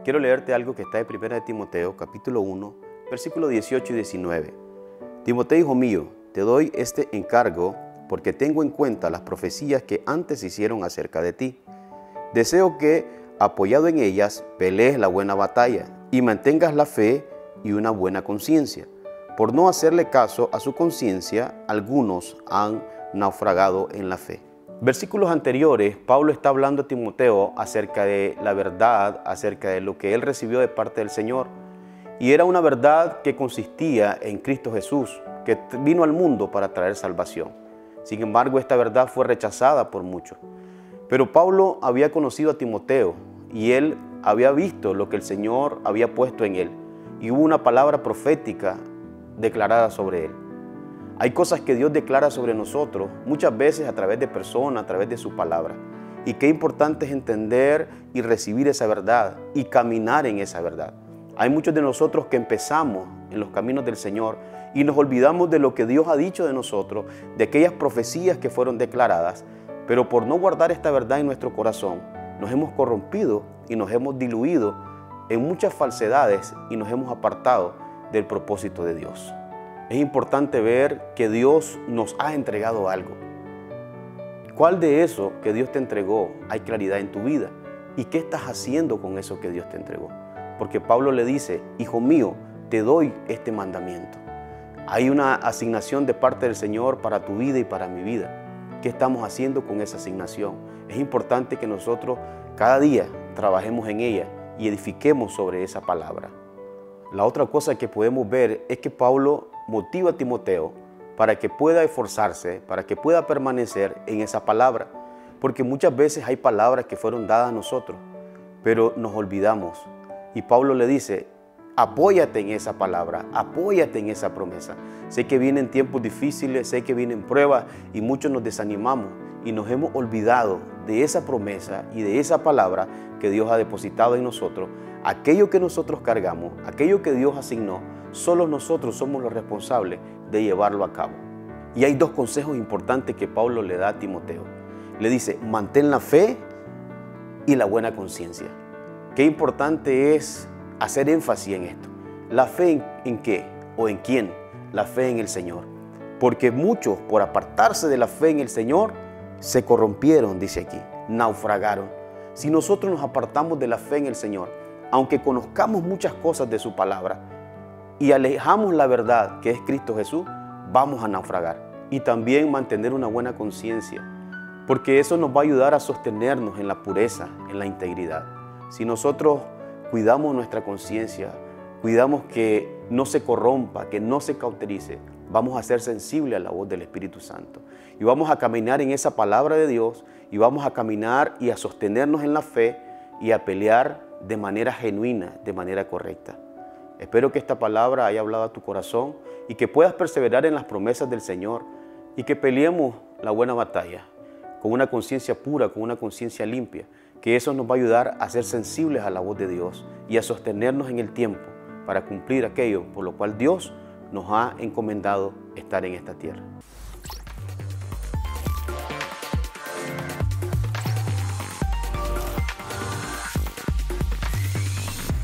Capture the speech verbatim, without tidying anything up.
quiero leerte algo que está en primera de Timoteo, capítulo uno, versículos dieciocho y diecinueve. Timoteo, hijo mío, te doy este encargo porque tengo en cuenta las profecías que antes se hicieron acerca de ti. Deseo que, apoyado en ellas, pelees la buena batalla y mantengas la fe y una buena conciencia. Por no hacerle caso a su conciencia, algunos han naufragado en la fe. Versículos anteriores, Pablo está hablando a Timoteo acerca de la verdad, acerca de lo que él recibió de parte del Señor. Y era una verdad que consistía en Cristo Jesús, que vino al mundo para traer salvación. Sin embargo, esta verdad fue rechazada por muchos. Pero Pablo había conocido a Timoteo y él había visto lo que el Señor había puesto en él. Y hubo una palabra profética declarada sobre él. Hay cosas que Dios declara sobre nosotros, muchas veces a través de personas, a través de su palabra. Y qué importante es entender y recibir esa verdad y caminar en esa verdad. Hay muchos de nosotros que empezamos en los caminos del Señor y nos olvidamos de lo que Dios ha dicho de nosotros, de aquellas profecías que fueron declaradas, pero por no guardar esta verdad en nuestro corazón, nos hemos corrompido y nos hemos diluido en muchas falsedades y nos hemos apartado del propósito de Dios. Es importante ver que Dios nos ha entregado algo. ¿Cuál de eso que Dios te entregó hay claridad en tu vida? ¿Y qué estás haciendo con eso que Dios te entregó? Porque Pablo le dice, hijo mío, te doy este mandamiento. Hay una asignación de parte del Señor para tu vida y para mi vida. ¿Qué estamos haciendo con esa asignación? Es importante que nosotros cada día trabajemos en ella y edifiquemos sobre esa palabra. La otra cosa que podemos ver es que Pablo motiva a Timoteo para que pueda esforzarse, para que pueda permanecer en esa palabra. Porque muchas veces hay palabras que fueron dadas a nosotros, pero nos olvidamos. Y Pablo le dice, apóyate en esa palabra, apóyate en esa promesa. Sé que vienen tiempos difíciles, sé que vienen pruebas y muchos nos desanimamos y nos hemos olvidado de esa promesa y de esa palabra que Dios ha depositado en nosotros. Aquello que nosotros cargamos, aquello que Dios asignó, solo nosotros somos los responsables de llevarlo a cabo. Y hay dos consejos importantes que Pablo le da a Timoteo. Le dice, mantén la fe y la buena conciencia. Qué importante es hacer énfasis en esto. ¿La fe en, en qué o en quién? La fe en el Señor. Porque muchos, por apartarse de la fe en el Señor, se corrompieron, dice aquí, naufragaron. Si nosotros nos apartamos de la fe en el Señor, aunque conozcamos muchas cosas de su palabra y alejamos la verdad que es Cristo Jesús, vamos a naufragar. Y también mantener una buena conciencia, porque eso nos va a ayudar a sostenernos en la pureza, en la integridad. Si nosotros cuidamos nuestra conciencia, cuidamos que no se corrompa, que no se cauterice, vamos a ser sensibles a la voz del Espíritu Santo. Y vamos a caminar en esa palabra de Dios y vamos a caminar y a sostenernos en la fe y a pelear de manera genuina, de manera correcta. Espero que esta palabra haya hablado a tu corazón y que puedas perseverar en las promesas del Señor y que peleemos la buena batalla con una conciencia pura, con una conciencia limpia, que eso nos va a ayudar a ser sensibles a la voz de Dios y a sostenernos en el tiempo para cumplir aquello por lo cual Dios nos ha encomendado estar en esta tierra.